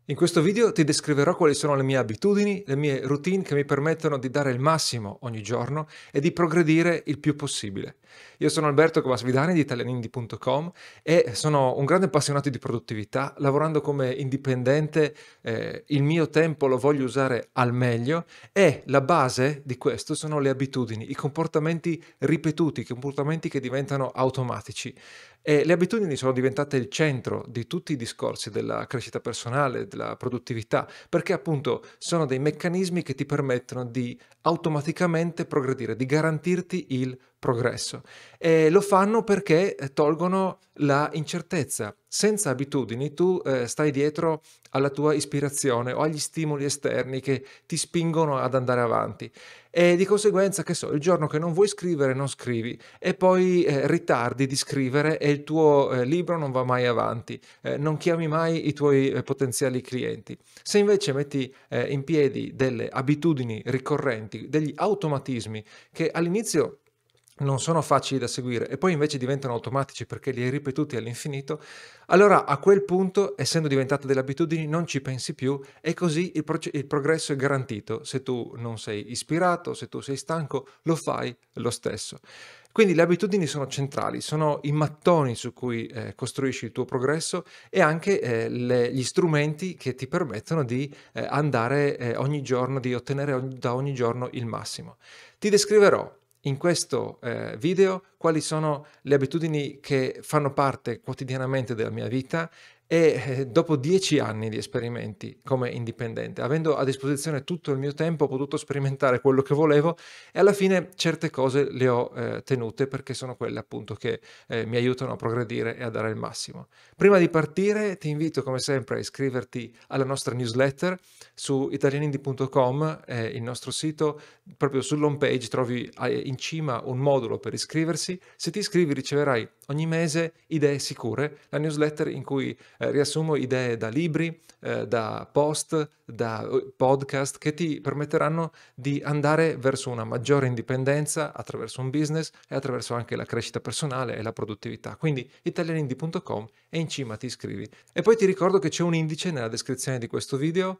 In questo video ti descriverò quali sono le mie abitudini, le mie routine che mi permettono di dare il massimo ogni giorno e di progredire il più possibile. Io sono Alberto Covasvidani di italianindi.com e sono un grande appassionato di produttività. Lavorando come indipendente, il mio tempo lo voglio usare al meglio e la base di questo sono le abitudini, i comportamenti ripetuti, i comportamenti che diventano automatici. E le abitudini sono diventate il centro di tutti i discorsi della crescita personale, della produttività, perché appunto sono dei meccanismi che ti permettono di automaticamente progredire, di garantirti il progresso. E lo fanno perché tolgono la incertezza. Senza abitudini tu stai dietro alla tua ispirazione o agli stimoli esterni che ti spingono ad andare avanti. E di conseguenza, che so, il giorno che non vuoi scrivere non scrivi e poi ritardi di scrivere e il tuo libro non va mai avanti, non chiami mai i tuoi potenziali clienti. Se invece metti in piedi delle abitudini ricorrenti, degli automatismi che all'inizio non sono facili da seguire e poi invece diventano automatici perché li hai ripetuti all'infinito, allora a quel punto, essendo diventate delle abitudini, non ci pensi più e così il progresso è garantito. Se tu non sei ispirato, se tu sei stanco, lo fai lo stesso. Quindi le abitudini sono centrali, sono i mattoni su cui costruisci il tuo progresso e anche gli strumenti che ti permettono di andare ogni giorno, di ottenere da ogni giorno il massimo. Ti descriverò in questo video quali sono le abitudini che fanno parte quotidianamente della mia vita e dopo 10 anni di esperimenti come indipendente, avendo a disposizione tutto il mio tempo, ho potuto sperimentare quello che volevo e alla fine certe cose le ho tenute perché sono quelle appunto che mi aiutano a progredire e a dare il massimo. Prima di partire ti invito come sempre a iscriverti alla nostra newsletter su italianindi.com, il nostro sito. Proprio sull'home page trovi in cima un modulo per iscriversi. Se ti iscrivi riceverai ogni mese Idee Sicure, la newsletter in cui riassumo idee da libri, da post, da podcast che ti permetteranno di andare verso una maggiore indipendenza attraverso un business e attraverso anche la crescita personale e la produttività. Quindi italianindi.com e in cima ti iscrivi. E poi ti ricordo che c'è un indice nella descrizione di questo video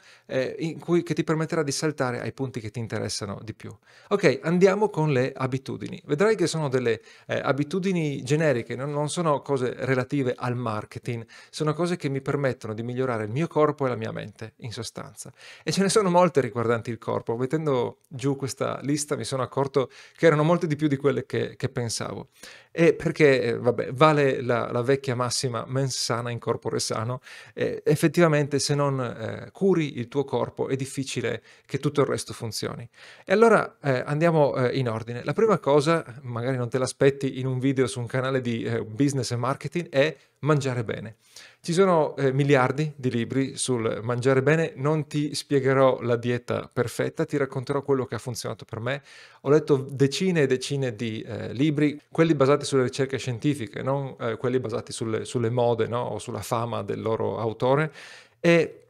che ti permetterà di saltare ai punti che ti interessano di più. Ok, andiamo con le abitudini. Vedrai che sono delle abitudini generiche, non sono cose relative al marketing, sono cose che mi permettono di migliorare il mio corpo e la mia mente, in sostanza. E ce ne sono molte riguardanti il corpo. Mettendo giù questa lista mi sono accorto che erano molte di più di quelle che pensavo. E perché, vabbè, vale la vecchia massima mens sana in corpore sano. Effettivamente se non curi il tuo corpo è difficile che tutto il resto funzioni. E allora andiamo in ordine. La prima cosa, magari non te l'aspetti in un video su un canale di business e marketing, è mangiare bene. Ci sono miliardi di libri sul mangiare bene, non ti spiegherò la dieta perfetta, ti racconterò quello che ha funzionato per me. Ho letto decine e decine di libri, quelli basati sulle ricerche scientifiche, non quelli basati sulle mode, no? O sulla fama del loro autore. E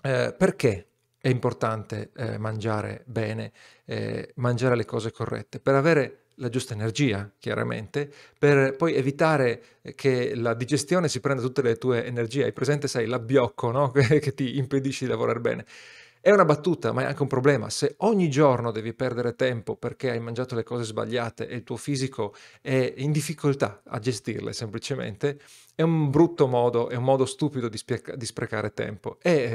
perché è importante mangiare bene, mangiare le cose corrette? Per avere la giusta energia, chiaramente, per poi evitare che la digestione si prenda tutte le tue energie. Hai presente, sai, l'abbiocco, no? Che ti impedisce di lavorare bene. È una battuta, ma è anche un problema. Se ogni giorno devi perdere tempo perché hai mangiato le cose sbagliate e il tuo fisico è in difficoltà a gestirle semplicemente, è un brutto modo, è un modo stupido di sprecare tempo.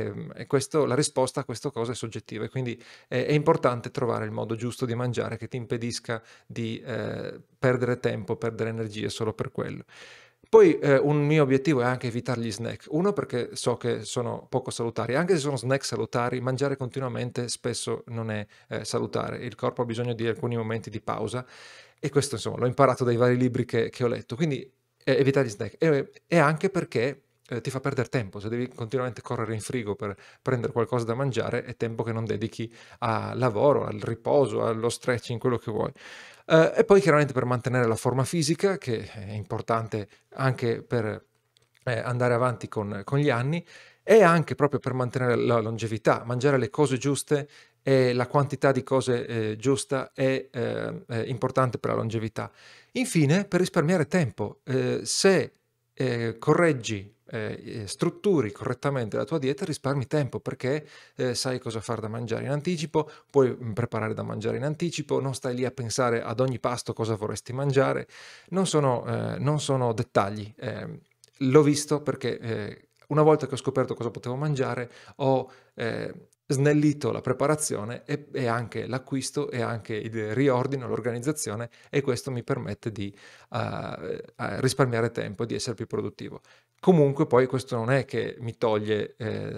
E questo, la risposta a questa cosa è soggettiva e quindi è importante trovare il modo giusto di mangiare che ti impedisca di perdere tempo, perdere energie solo per quello. Poi un mio obiettivo è anche evitare gli snack. Uno, perché so che sono poco salutari. Anche se sono snack salutari, mangiare continuamente spesso non è salutare. Il corpo ha bisogno di alcuni momenti di pausa e questo insomma l'ho imparato dai vari libri che ho letto. Quindi evitare gli snack. E anche perché ti fa perdere tempo. Se devi continuamente correre in frigo per prendere qualcosa da mangiare, è tempo che non dedichi al lavoro, al riposo, allo stretching, quello che vuoi. E poi chiaramente per mantenere la forma fisica, che è importante anche per andare avanti con gli anni, e anche proprio per mantenere la longevità. Mangiare le cose giuste e la quantità di cose giusta è importante per la longevità. Infine, per risparmiare tempo, se correggi strutturi correttamente la tua dieta risparmi tempo, perché sai cosa fare da mangiare in anticipo, puoi preparare da mangiare in anticipo, non stai lì a pensare ad ogni pasto cosa vorresti mangiare. Non sono dettagli. L'ho visto perché una volta che ho scoperto cosa potevo mangiare, ho snellito la preparazione e anche l'acquisto e anche il riordino, l'organizzazione, e questo mi permette di risparmiare tempo e di essere più produttivo. Comunque poi questo non è che mi toglie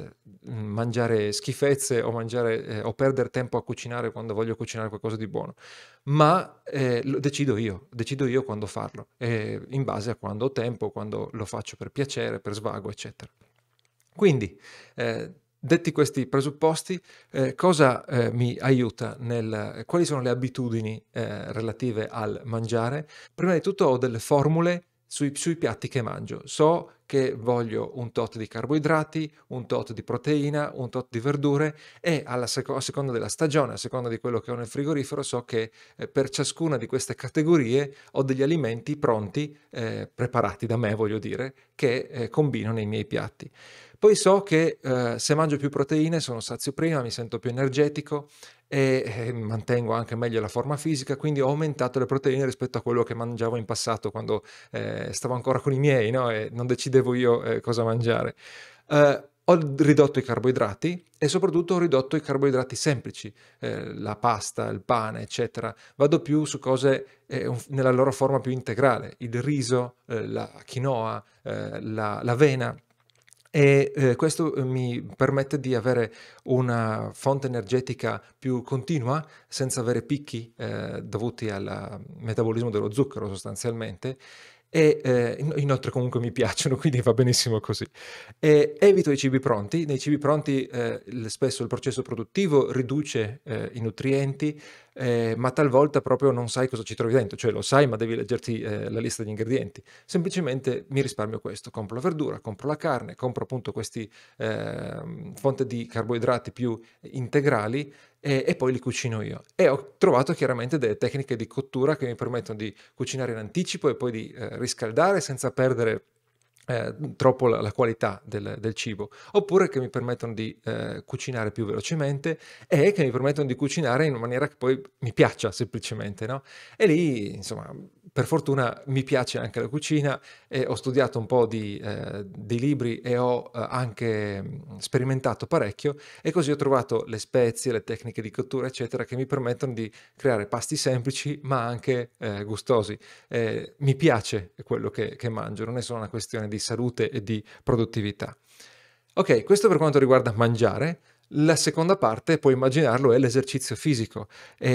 mangiare schifezze o mangiare o perdere tempo a cucinare quando voglio cucinare qualcosa di buono, ma lo decido io quando farlo, in base a quando ho tempo, quando lo faccio per piacere, per svago, eccetera. Quindi, detti questi presupposti, cosa mi aiuta quali sono le abitudini relative al mangiare? Prima di tutto ho delle formule sui piatti che mangio. So che voglio un tot di carboidrati, un tot di proteina, un tot di verdure, e a seconda della stagione, a seconda di quello che ho nel frigorifero, so che per ciascuna di queste categorie ho degli alimenti pronti, preparati da me, voglio dire, che combino nei miei piatti. Poi so che se mangio più proteine sono sazio prima, mi sento più energetico e mantengo anche meglio la forma fisica, quindi ho aumentato le proteine rispetto a quello che mangiavo in passato quando stavo ancora con i miei, no? E non decidevo io cosa mangiare. Ho ridotto i carboidrati e soprattutto ho ridotto i carboidrati semplici, la pasta, il pane, eccetera. Vado più su cose nella loro forma più integrale, il riso, la quinoa, l'avena. E questo mi permette di avere una fonte energetica più continua, senza avere picchi dovuti al metabolismo dello zucchero sostanzialmente. E inoltre comunque mi piacciono, quindi va benissimo così. Evito i cibi pronti. Nei cibi pronti spesso il processo produttivo riduce i nutrienti, ma talvolta proprio non sai cosa ci trovi dentro, cioè lo sai ma devi leggerti la lista di ingredienti. Semplicemente mi risparmio questo, compro la verdura, compro la carne, compro appunto questi fonte di carboidrati più integrali, e poi li cucino io. E ho trovato chiaramente delle tecniche di cottura che mi permettono di cucinare in anticipo e poi di riscaldare senza perdere troppo la qualità del cibo, oppure che mi permettono di cucinare più velocemente e che mi permettono di cucinare in una maniera che poi mi piaccia semplicemente, no? E lì, insomma, per fortuna mi piace anche la cucina, e ho studiato un po' di libri e ho anche sperimentato parecchio, e così ho trovato le spezie, le tecniche di cottura, eccetera, che mi permettono di creare pasti semplici ma anche gustosi. Mi piace quello che mangio, non è solo una questione di salute e di produttività. Ok, questo per quanto riguarda mangiare. La seconda parte, puoi immaginarlo, è l'esercizio fisico.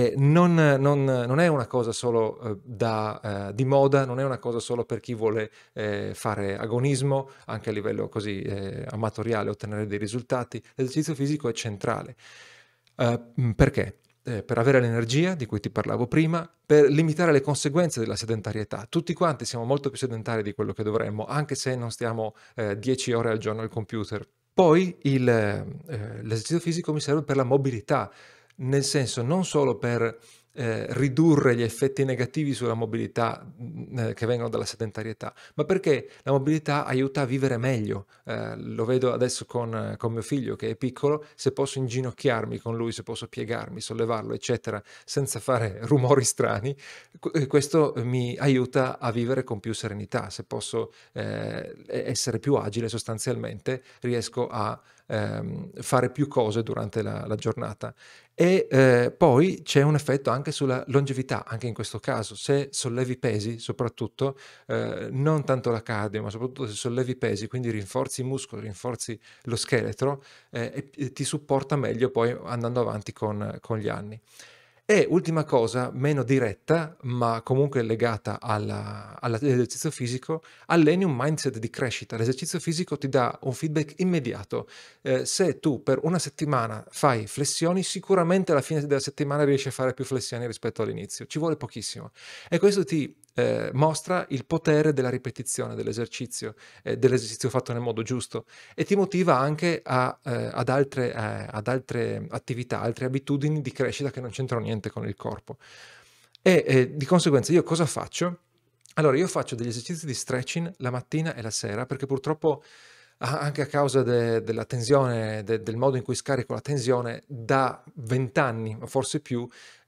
Non è una cosa solo di moda, non è una cosa solo per chi vuole fare agonismo, anche a livello così amatoriale, ottenere dei risultati. L'esercizio fisico è centrale. Perché? Per avere l'energia di cui ti parlavo prima, per limitare le conseguenze della sedentarietà. Tutti quanti siamo molto più sedentari di quello che dovremmo, anche se non stiamo 10 ore al giorno al computer. Poi l'esercizio fisico mi serve per la mobilità, nel senso non solo per ridurre gli effetti negativi sulla mobilità che vengono dalla sedentarietà, ma perché la mobilità aiuta a vivere meglio. Lo vedo adesso con mio figlio che è piccolo: se posso inginocchiarmi con lui, se posso piegarmi, sollevarlo, eccetera, senza fare rumori strani, questo mi aiuta a vivere con più serenità. Se posso essere più agile, sostanzialmente riesco a fare più cose durante la giornata. E poi c'è un effetto anche sulla longevità, anche in questo caso. Se sollevi pesi, soprattutto, non tanto la cardio, ma soprattutto se sollevi pesi, quindi rinforzi i muscoli, rinforzi lo scheletro, e ti supporta meglio poi andando avanti con gli anni. E ultima cosa, meno diretta, ma comunque legata all'esercizio fisico: alleni un mindset di crescita. L'esercizio fisico ti dà un feedback immediato. Se tu per una settimana fai flessioni, sicuramente alla fine della settimana riesci a fare più flessioni rispetto all'inizio. Ci vuole pochissimo. E questo ti mostra il potere della ripetizione dell'esercizio fatto nel modo giusto, e ti motiva anche ad altre attività, altre abitudini di crescita che non c'entrano niente con il corpo. E di conseguenza io cosa faccio? Allora, io faccio degli esercizi di stretching la mattina e la sera perché purtroppo anche a causa della tensione, del modo in cui scarico la tensione, da 20 anni, o forse più,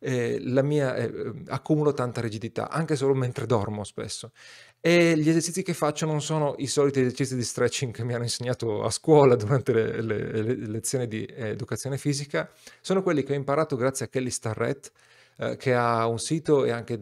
accumulo tanta rigidità, anche solo mentre dormo spesso. E gli esercizi che faccio non sono i soliti esercizi di stretching che mi hanno insegnato a scuola durante le lezioni di educazione fisica, sono quelli che ho imparato grazie a Kelly Starrett, che ha un sito e anche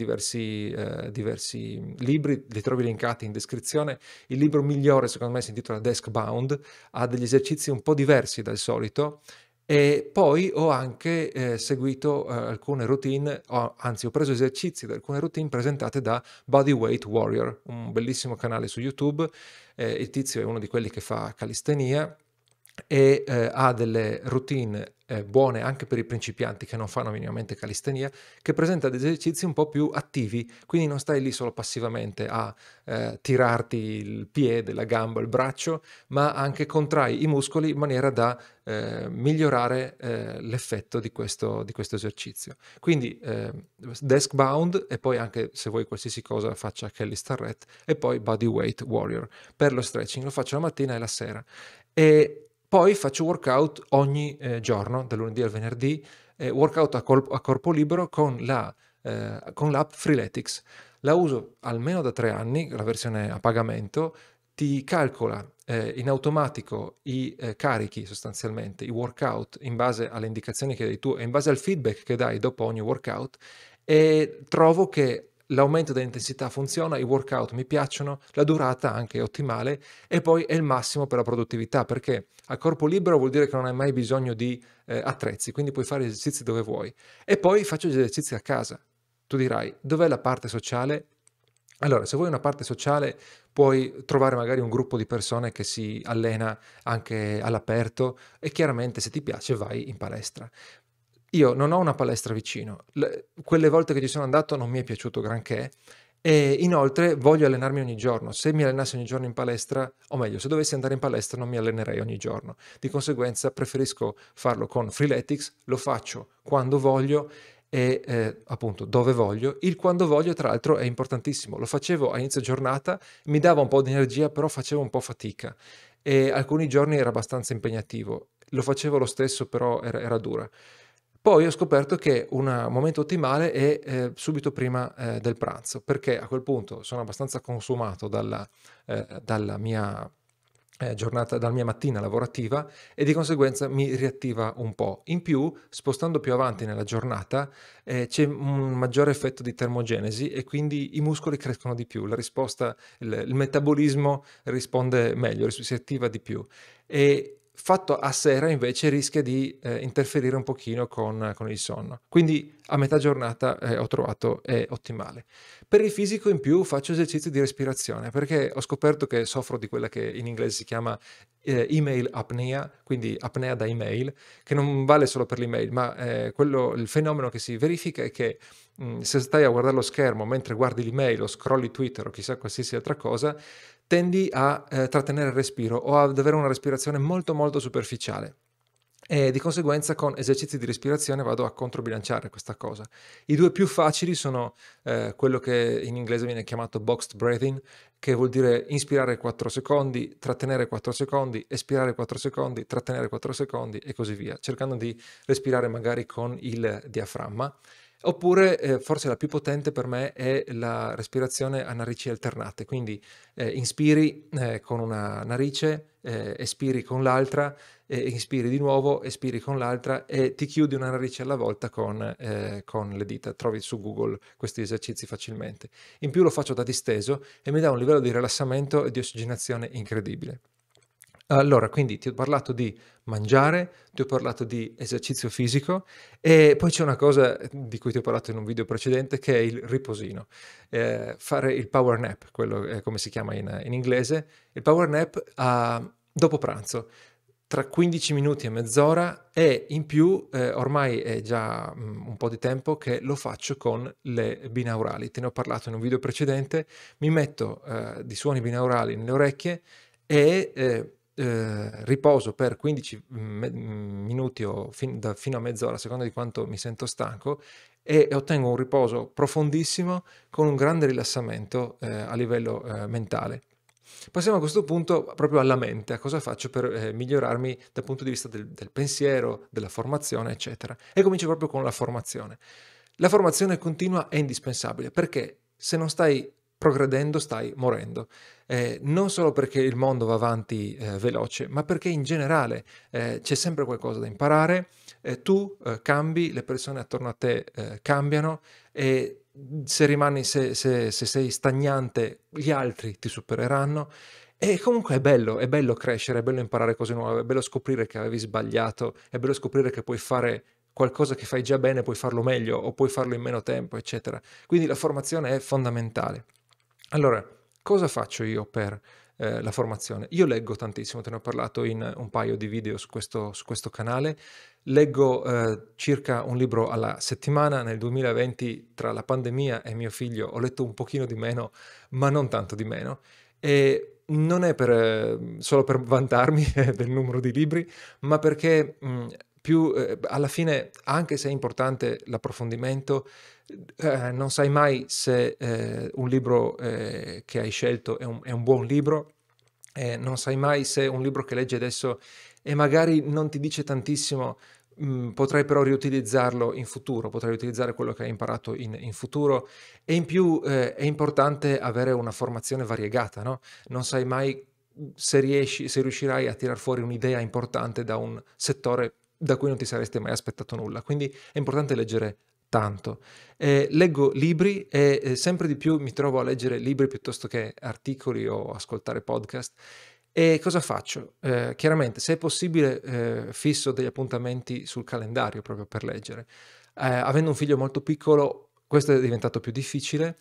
diversi libri, li trovi linkati in descrizione. Il libro migliore secondo me si intitola Desk Bound, ha degli esercizi un po' diversi dal solito e poi ho anche seguito alcune routine, anzi ho preso esercizi da alcune routine presentate da Bodyweight Warrior, un bellissimo canale su YouTube. Il tizio è uno di quelli che fa calistenia e ha delle routine buone anche per i principianti che non fanno minimamente calistenia, che presenta degli esercizi un po' più attivi, quindi non stai lì solo passivamente a tirarti il piede, la gamba, il braccio, ma anche contrai i muscoli in maniera da migliorare l'effetto di questo esercizio. Quindi desk bound e poi anche se vuoi qualsiasi cosa faccia Kelly Starrett e poi Bodyweight Warrior per lo stretching, lo faccio la mattina e la sera. E poi faccio workout ogni giorno, dal lunedì al venerdì, workout a corpo libero con l'app Freeletics. La uso almeno da 3 anni, la versione a pagamento, ti calcola in automatico i carichi sostanzialmente, i workout in base alle indicazioni che dai tu e in base al feedback che dai dopo ogni workout e trovo che l'aumento dell'intensità funziona, i workout mi piacciono, la durata anche è ottimale e poi è il massimo per la produttività perché a corpo libero vuol dire che non hai mai bisogno di attrezzi, quindi puoi fare gli esercizi dove vuoi. E poi faccio gli esercizi a casa. Tu dirai, dov'è la parte sociale? Allora, se vuoi una parte sociale, puoi trovare magari un gruppo di persone che si allena anche all'aperto e chiaramente se ti piace vai in palestra. Io non ho una palestra vicino, quelle volte che ci sono andato non mi è piaciuto granché e inoltre voglio allenarmi ogni giorno. Se mi allenassi ogni giorno in palestra, o meglio, se dovessi andare in palestra non mi allenerei ogni giorno. Di conseguenza preferisco farlo con Freeletics, lo faccio quando voglio e appunto dove voglio. Il quando voglio, tra l'altro, è importantissimo. Lo facevo a inizio giornata, mi dava un po' di energia, però facevo un po' fatica e alcuni giorni era abbastanza impegnativo. Lo facevo lo stesso, però era dura. Poi ho scoperto che un momento ottimale è subito prima del pranzo, perché a quel punto sono abbastanza consumato dalla mia giornata, dalla mia mattina lavorativa e di conseguenza mi riattiva un po'. In più, spostando più avanti nella giornata, c'è un maggiore effetto di termogenesi e quindi i muscoli crescono di più, la risposta, il metabolismo risponde meglio, si attiva di più. E fatto a sera invece rischia di interferire un pochino con il sonno. Quindi a metà giornata ho trovato è ottimale. Per il fisico in più faccio esercizi di respirazione perché ho scoperto che soffro di quella che in inglese si chiama email apnea, quindi apnea da email, che non vale solo per l'email, ma il fenomeno che si verifica è che se stai a guardare lo schermo mentre guardi l'email o scrolli Twitter o chissà qualsiasi altra cosa, tendi a trattenere il respiro o ad avere una respirazione molto molto superficiale. E di conseguenza con esercizi di respirazione vado a controbilanciare questa cosa. I due più facili sono quello che in inglese viene chiamato boxed breathing, che vuol dire inspirare 4 secondi, trattenere 4 secondi, espirare 4 secondi, trattenere 4 secondi e così via, cercando di respirare magari con il diaframma. Oppure forse la più potente per me è la respirazione a narici alternate, quindi inspiri con una narice, espiri con l'altra, inspiri di nuovo, espiri con l'altra e ti chiudi una narice alla volta con le dita. Trovi su Google questi esercizi facilmente. In più lo faccio da disteso e mi dà un livello di rilassamento e di ossigenazione incredibile. Allora, quindi ti ho parlato di mangiare, ti ho parlato di esercizio fisico e poi c'è una cosa di cui ti ho parlato in un video precedente che è il riposino. Fare il power nap, quello è come si chiama in inglese, il power nap dopo pranzo, tra 15 minuti e mezz'ora e in più ormai è già un po' di tempo che lo faccio con le binaurali. Te ne ho parlato in un video precedente, mi metto di suoni binaurali nelle orecchie e riposo per 15 minuti o fino a mezz'ora, a seconda di quanto mi sento stanco, e ottengo un riposo profondissimo con un grande rilassamento a livello mentale. Passiamo a questo punto proprio alla mente, a cosa faccio per migliorarmi dal punto di vista del pensiero, della formazione, eccetera. E comincio proprio con la formazione. La formazione continua è indispensabile perché se non stai progredendo stai morendo. Non solo perché il mondo va avanti veloce, ma perché in generale c'è sempre qualcosa da imparare, tu cambi, le persone attorno a te cambiano e se rimani, se sei stagnante, gli altri ti supereranno. E comunque è bello crescere, è bello imparare cose nuove, è bello scoprire che avevi sbagliato, è bello scoprire che puoi fare qualcosa che fai già bene, puoi farlo meglio o puoi farlo in meno tempo, eccetera. Quindi la formazione è fondamentale. Allora, cosa faccio io per la formazione? Io leggo tantissimo, te ne ho parlato in un paio di video su questo canale. Leggo circa un libro alla settimana. Nel 2020, tra la pandemia e mio figlio, ho letto un pochino di meno, ma non tanto di meno. E non è solo per vantarmi del numero di libri, ma perché più alla fine, anche se è importante l'approfondimento, non sai mai se un libro che hai scelto è un buon libro, non sai mai se un libro che leggi adesso e magari non ti dice tantissimo, potrai però riutilizzarlo in futuro, potrai utilizzare quello che hai imparato in futuro, e in più è importante avere una formazione variegata, no? Non sai mai se riuscirai a tirar fuori un'idea importante da un settore da cui non ti saresti mai aspettato nulla. Quindi è importante leggere tanto. Leggo libri e sempre di più mi trovo a leggere libri piuttosto che articoli o ascoltare podcast. E cosa faccio? Chiaramente, se è possibile, fisso degli appuntamenti sul calendario proprio per leggere. Avendo un figlio molto piccolo, questo è diventato più difficile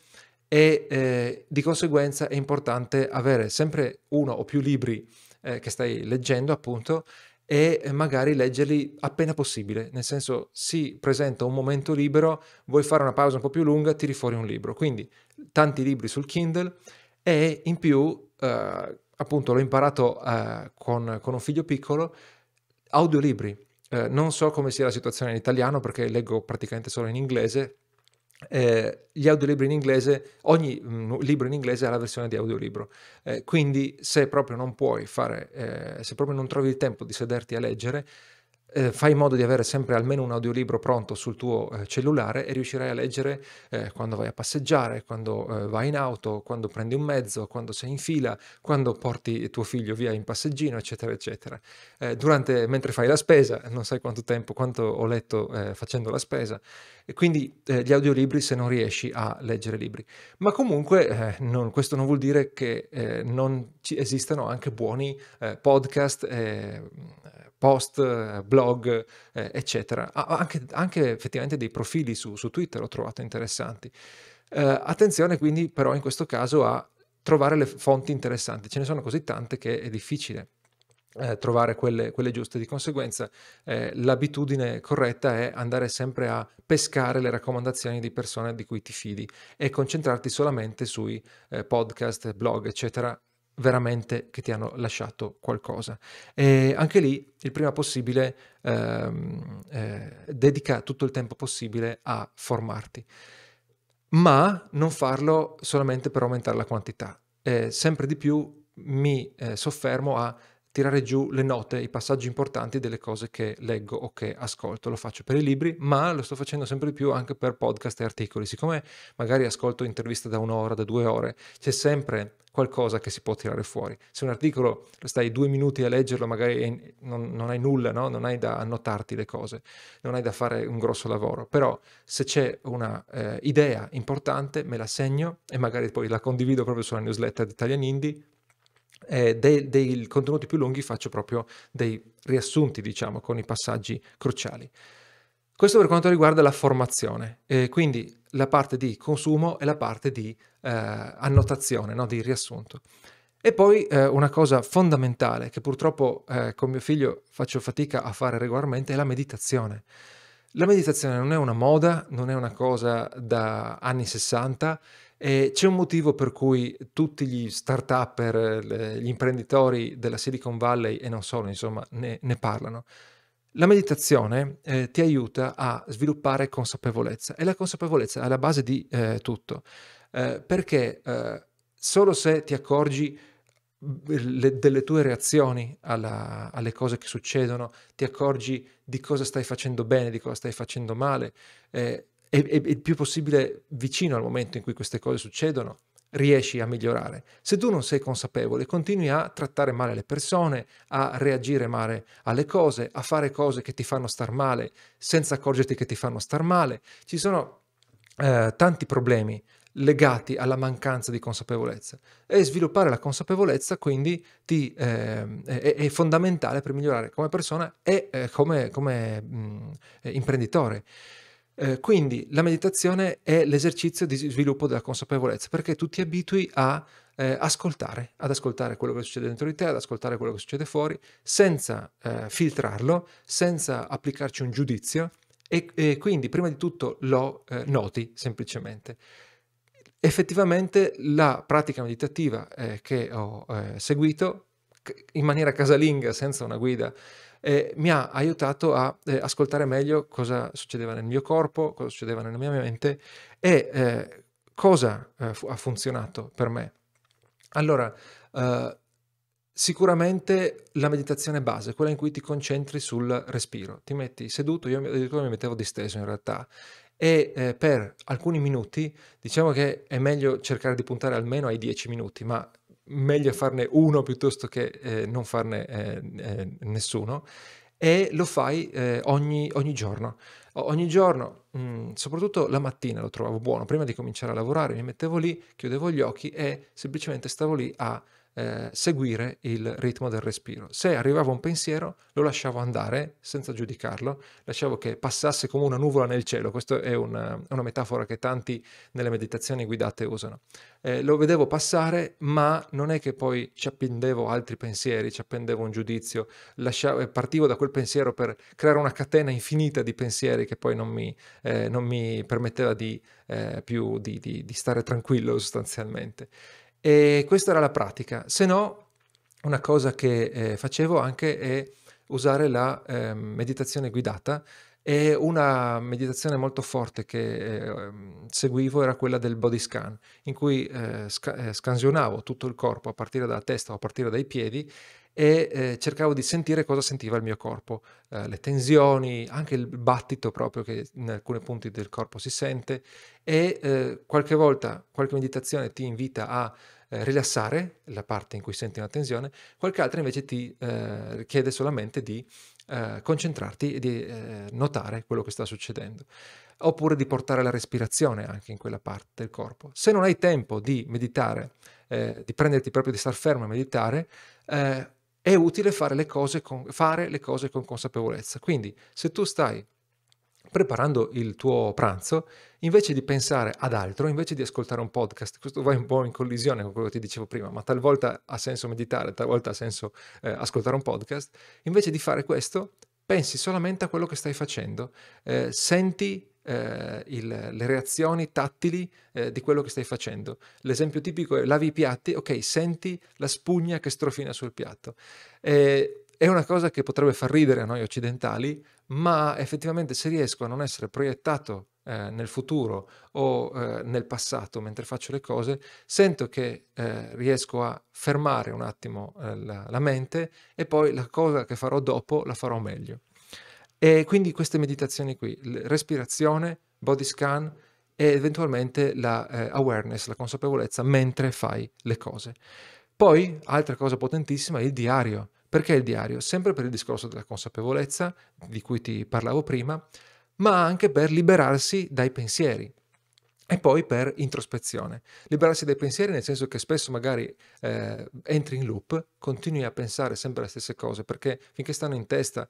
e di conseguenza è importante avere sempre uno o più libri che stai leggendo, appunto, e magari leggerli appena possibile, nel senso si presenta un momento libero, vuoi fare una pausa un po' più lunga, tiri fuori un libro, quindi tanti libri sul Kindle e in più, appunto l'ho imparato con un figlio piccolo, audiolibri. Non so come sia la situazione in italiano perché leggo praticamente solo in inglese. Gli audiolibri in inglese, ogni libro in inglese ha la versione di audiolibro, quindi se proprio non puoi fare, se proprio non trovi il tempo di sederti a leggere, fai in modo di avere sempre almeno un audiolibro pronto sul tuo cellulare e riuscirai a leggere quando vai a passeggiare, quando vai in auto, quando prendi un mezzo, quando sei in fila, quando porti tuo figlio via in passeggino, eccetera, eccetera. Mentre fai la spesa, non sai quanto ho letto facendo la spesa, e quindi gli audiolibri se non riesci a leggere libri. Ma comunque questo non vuol dire che non ci esistano anche buoni podcast, post, blog, eccetera. Anche effettivamente dei profili su Twitter ho trovato interessanti. Attenzione quindi però in questo caso a trovare le fonti interessanti. Ce ne sono così tante che è difficile trovare quelle giuste. Di conseguenza l'abitudine corretta è andare sempre a pescare le raccomandazioni di persone di cui ti fidi e concentrarti solamente sui podcast, blog, eccetera, veramente che ti hanno lasciato qualcosa. E anche lì il prima possibile dedica tutto il tempo possibile a formarti, ma non farlo solamente per aumentare la quantità. Sempre di più mi soffermo a tirare giù le note, i passaggi importanti delle cose che leggo o che ascolto. Lo faccio per i libri, ma lo sto facendo sempre di più anche per podcast e articoli. Siccome magari ascolto interviste da 1 ora, da 2 ore, c'è sempre qualcosa che si può tirare fuori. Se un articolo stai 2 minuti a leggerlo, magari non hai nulla, no? Non hai da annotarti le cose, non hai da fare un grosso lavoro, però se c'è una idea importante me la segno e magari poi la condivido proprio sulla newsletter di Italian Indie. Dei contenuti più lunghi faccio proprio dei riassunti, diciamo, con i passaggi cruciali. Questo per quanto riguarda la formazione, quindi la parte di consumo e la parte di annotazione, no? Di riassunto. E poi una cosa fondamentale che purtroppo con mio figlio faccio fatica a fare regolarmente è la meditazione. La meditazione non è una moda, non è una cosa da anni '60, e c'è un motivo per cui tutti gli start-upper, gli imprenditori della Silicon Valley e non solo, insomma, ne parlano. La meditazione, ti aiuta a sviluppare consapevolezza, e la consapevolezza è alla base di, tutto. Perché, solo se ti accorgi delle tue reazioni alle cose che succedono, ti accorgi di cosa stai facendo bene, di cosa stai facendo male, e il più possibile vicino al momento in cui queste cose succedono, riesci a migliorare. Se tu non sei consapevole, continui a trattare male le persone, a reagire male alle cose, a fare cose che ti fanno star male senza accorgerti che ti fanno star male. Ci sono tanti problemi legati alla mancanza di consapevolezza, e sviluppare la consapevolezza quindi è fondamentale per migliorare come persona e come imprenditore. Quindi la meditazione è l'esercizio di sviluppo della consapevolezza, perché tu ti abitui a ad ascoltare quello che succede dentro di te, ad ascoltare quello che succede fuori, senza filtrarlo, senza applicarci un giudizio, e quindi prima di tutto lo noti semplicemente. Effettivamente la pratica meditativa che ho seguito in maniera casalinga, senza una guida, mi ha aiutato a ascoltare meglio cosa succedeva nel mio corpo, cosa succedeva nella mia mente, e cosa ha funzionato per me. Allora, eh, sicuramente la meditazione base, quella in cui ti concentri sul respiro, ti metti seduto, io addirittura mi mettevo disteso in realtà, e per alcuni minuti, diciamo che è meglio cercare di puntare almeno ai 10 minuti, ma meglio farne uno piuttosto che non farne nessuno, e lo fai ogni giorno. Ogni giorno, soprattutto la mattina lo trovavo buono, prima di cominciare a lavorare mi mettevo lì, chiudevo gli occhi e semplicemente stavo lì a seguire il ritmo del respiro. Se arrivava un pensiero, lo lasciavo andare senza giudicarlo, lasciavo che passasse come una nuvola nel cielo. Questa è una metafora che tanti nelle meditazioni guidate usano. Lo vedevo passare, ma non è che poi ci appendevo altri pensieri, ci appendevo un giudizio, partivo da quel pensiero per creare una catena infinita di pensieri che poi non mi permetteva di stare tranquillo sostanzialmente. E questa era la pratica. Se no, una cosa che facevo anche è usare la meditazione guidata, e una meditazione molto forte che seguivo era quella del body scan, in cui scansionavo tutto il corpo a partire dalla testa o a partire dai piedi, e cercavo di sentire cosa sentiva il mio corpo, le tensioni, anche il battito proprio che in alcuni punti del corpo si sente, e qualche volta qualche meditazione ti invita a rilassare la parte in cui senti una tensione, qualche altra invece ti chiede solamente di concentrarti e di notare quello che sta succedendo, oppure di portare la respirazione anche in quella parte del corpo. Se non hai tempo di meditare, di prenderti proprio di star fermo e meditare, è utile fare fare le cose con consapevolezza. Quindi, se tu stai preparando il tuo pranzo, invece di pensare ad altro, invece di ascoltare un podcast, questo va un po' in collisione con quello che ti dicevo prima, ma talvolta ha senso meditare, talvolta ha senso ascoltare un podcast, invece di fare questo, pensi solamente a quello che stai facendo, senti le reazioni tattili di quello che stai facendo. L'esempio tipico è: lavi i piatti, ok, senti la spugna che strofina sul piatto. È una cosa che potrebbe far ridere a noi occidentali, ma effettivamente se riesco a non essere proiettato nel futuro o nel passato mentre faccio le cose, sento che riesco a fermare un attimo la mente, e poi la cosa che farò dopo la farò meglio. E quindi queste meditazioni qui, respirazione, body scan e eventualmente la awareness, la consapevolezza mentre fai le cose. Poi, altra cosa potentissima, il diario. Perché il diario? Sempre per il discorso della consapevolezza, di cui ti parlavo prima, ma anche per liberarsi dai pensieri. E poi per introspezione. Liberarsi dai pensieri nel senso che spesso magari entri in loop, continui a pensare sempre le stesse cose, perché finché stanno in testa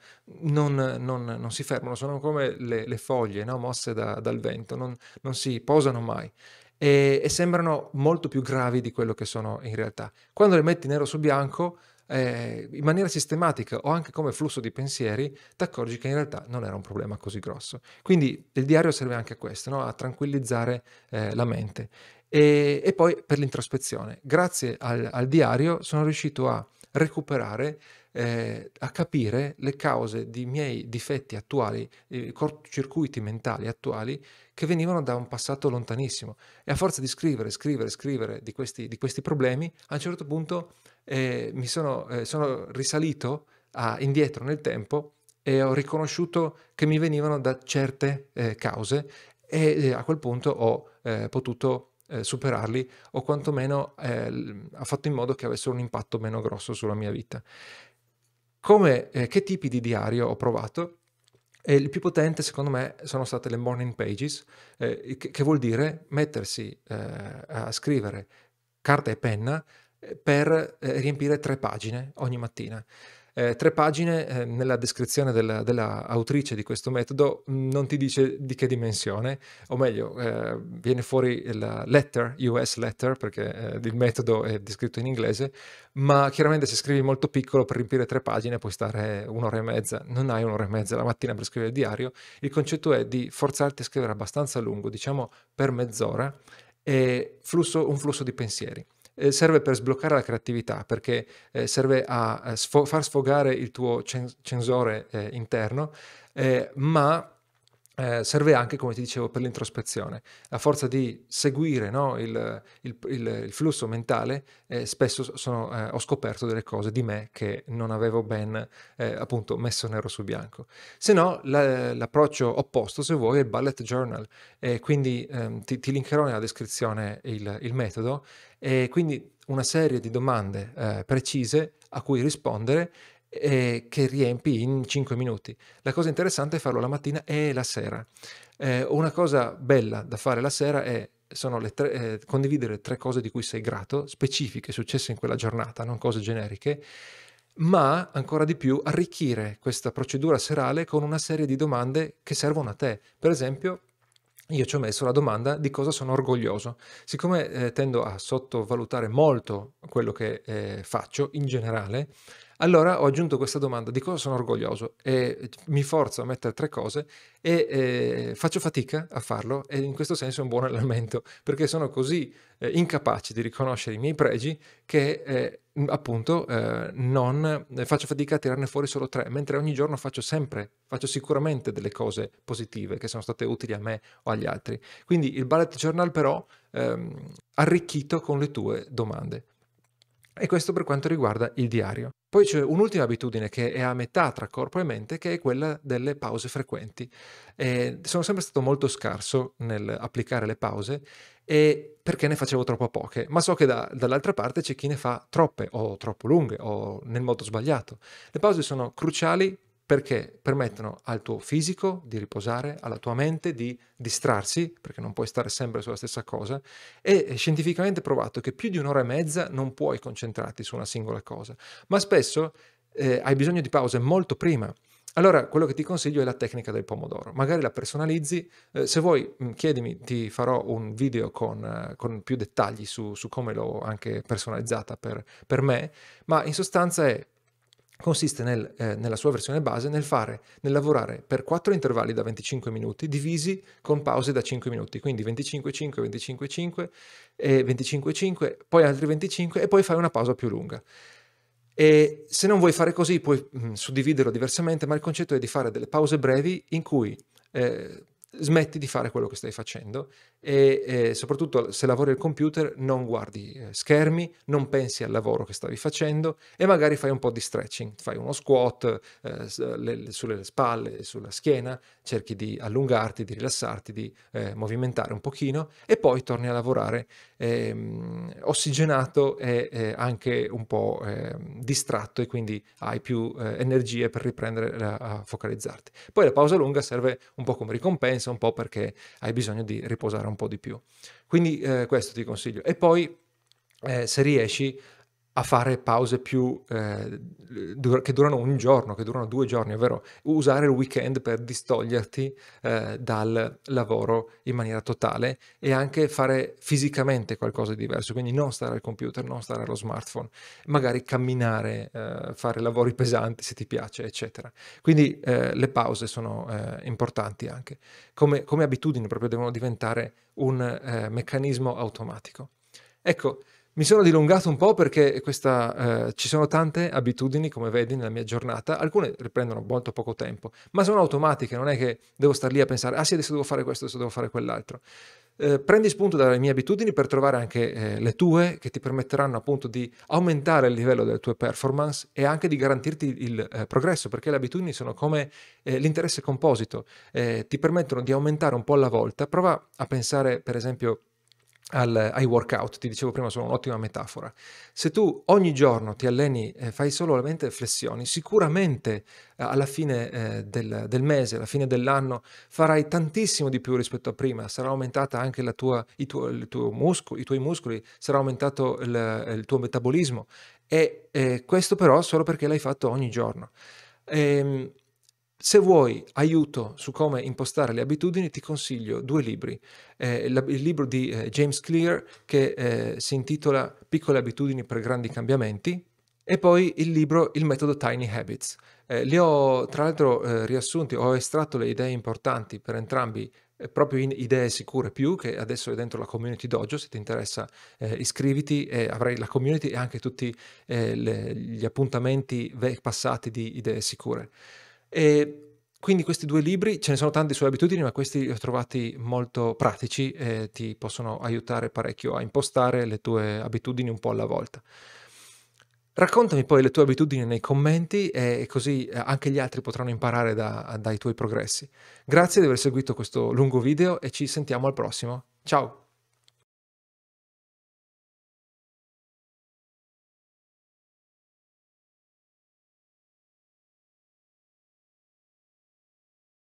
non si fermano, sono come le foglie, no? Mosse dal vento, non si posano mai. E sembrano molto più gravi di quello che sono in realtà. Quando le metti nero su bianco, in maniera sistematica o anche come flusso di pensieri, ti accorgi che in realtà non era un problema così grosso. Quindi il diario serve anche a questo, no? A tranquillizzare la mente. E poi per l'introspezione. Grazie al diario sono riuscito a recuperare, a capire le cause di miei difetti attuali, cortocircuiti mentali attuali che venivano da un passato lontanissimo. E a forza di scrivere di questi problemi, a un certo punto sono risalito indietro nel tempo e ho riconosciuto che mi venivano da certe cause e a quel punto ho potuto superarli o quantomeno ha fatto in modo che avessero un impatto meno grosso sulla mia vita. Che tipi di diario ho provato? Il più potente secondo me sono state le morning pages, che vuol dire mettersi a scrivere carta e penna per riempire 3 pagine ogni mattina. 3 pagine, nella descrizione della autrice di questo metodo non ti dice di che dimensione, o meglio, viene fuori il letter, US letter, perché il metodo è descritto in inglese, ma chiaramente se scrivi molto piccolo per riempire 3 pagine puoi stare 1 ora e mezza, non hai 1 ora e mezza la mattina per scrivere il diario. Il concetto è di forzarti a scrivere abbastanza lungo, diciamo per mezz'ora, e un flusso di pensieri. Serve per sbloccare la creatività, perché serve a far sfogare il tuo censore interno, ma serve anche, come ti dicevo, per l'introspezione. A forza di seguire, no, il flusso mentale, spesso ho scoperto delle cose di me che non avevo ben appunto messo nero su bianco. Se no, l'approccio opposto, se vuoi, è il bullet journal. Quindi ti linkerò nella descrizione il metodo, e quindi una serie di domande precise a cui rispondere, che riempi in 5 minuti. La cosa interessante è farlo la mattina e la sera. Una cosa bella da fare la sera sono condividere 3 cose di cui sei grato, specifiche, successe in quella giornata, non cose generiche, ma ancora di più arricchire questa procedura serale con una serie di domande che servono a te. Per esempio, io ci ho messo la domanda di cosa sono orgoglioso. Siccome tendo a sottovalutare molto quello che faccio in generale, allora ho aggiunto questa domanda di cosa sono orgoglioso e mi forzo a mettere 3 cose e faccio fatica a farlo, e in questo senso è un buon allenamento, perché sono così incapace di riconoscere i miei pregi che appunto non faccio fatica a tirarne fuori solo 3, mentre ogni giorno faccio sicuramente delle cose positive che sono state utili a me o agli altri. Quindi il bullet journal però arricchito con le tue domande. E questo per quanto riguarda il diario. Poi c'è un'ultima abitudine che è a metà tra corpo e mente, che è quella delle pause frequenti. Sono sempre stato molto scarso nel applicare le pause, perché ne facevo troppo poche, ma so che dall'altra parte c'è chi ne fa troppe o troppo lunghe o nel modo sbagliato. Le pause sono cruciali perché permettono al tuo fisico di riposare, alla tua mente di distrarsi, perché non puoi stare sempre sulla stessa cosa, e è scientificamente provato che più di 1 ora e mezza non puoi concentrarti su una singola cosa, ma spesso hai bisogno di pause molto prima. Allora, quello che ti consiglio è la tecnica del pomodoro. Magari la personalizzi, se vuoi chiedimi, ti farò un video con più dettagli su come l'ho anche personalizzata per me, ma in sostanza consiste nella sua versione base nel lavorare per 4 intervalli da 25 minuti divisi con pause da 5 minuti, quindi 25-5, 25-5 e 25-5, poi altri 25 e poi fai una pausa più lunga. E se non vuoi fare così puoi suddividerlo diversamente, ma il concetto è di fare delle pause brevi in cui smetti di fare quello che stai facendo e soprattutto se lavori al computer non guardi schermi, non pensi al lavoro che stavi facendo e magari fai un po' di stretching, fai uno squat sulle spalle, sulla schiena, cerchi di allungarti, di rilassarti, di movimentare un pochino e poi torni a lavorare ossigenato e anche un po' distratto, e quindi hai più energie per riprendere a focalizzarti. Poi la pausa lunga serve un po' come ricompensa, un po' perché hai bisogno di riposare un po' di più. Quindi questo ti consiglio. E poi se riesci a fare pause più che durano un giorno, che durano 2 giorni, ovvero usare il weekend per distoglierti dal lavoro in maniera totale e anche fare fisicamente qualcosa di diverso, quindi non stare al computer, non stare allo smartphone, magari camminare, fare lavori pesanti se ti piace, eccetera. Quindi le pause sono importanti anche. Come abitudini proprio devono diventare un meccanismo automatico. Ecco, mi sono dilungato un po' perché ci sono tante abitudini, come vedi, nella mia giornata. Alcune riprendono molto poco tempo, ma sono automatiche, non è che devo star lì a pensare, ah sì, adesso devo fare questo, adesso devo fare quell'altro. Prendi spunto dalle mie abitudini per trovare anche le tue, che ti permetteranno appunto di aumentare il livello delle tue performance e anche di garantirti il progresso, perché le abitudini sono come l'interesse composito, ti permettono di aumentare un po' alla volta. Prova a pensare, per esempio, ai workout, ti dicevo prima, sono un'ottima metafora. Se tu ogni giorno ti alleni e fai solamente flessioni, sicuramente alla fine del mese, alla fine dell'anno, farai tantissimo di più rispetto a prima, sarà aumentata anche i tuoi muscoli, sarà aumentato il tuo metabolismo e questo però solo perché l'hai fatto ogni giorno. Ehm, Se vuoi aiuto su come impostare le abitudini, ti consiglio 2 libri. Il libro di James Clear che si intitola Piccole abitudini per grandi cambiamenti e poi il libro Il metodo Tiny Habits. Li ho tra l'altro riassunti, ho estratto le idee importanti per entrambi proprio in Idee Sicure Più, che adesso è dentro la Community Dojo. Se ti interessa iscriviti e avrai la community e anche tutti gli appuntamenti passati di Idee Sicure. E quindi questi 2 libri, ce ne sono tanti sulle abitudini, ma questi li ho trovati molto pratici e ti possono aiutare parecchio a impostare le tue abitudini un po' alla volta. Raccontami poi le tue abitudini nei commenti e così anche gli altri potranno imparare dai tuoi progressi. Grazie di aver seguito questo lungo video e ci sentiamo al prossimo. Ciao!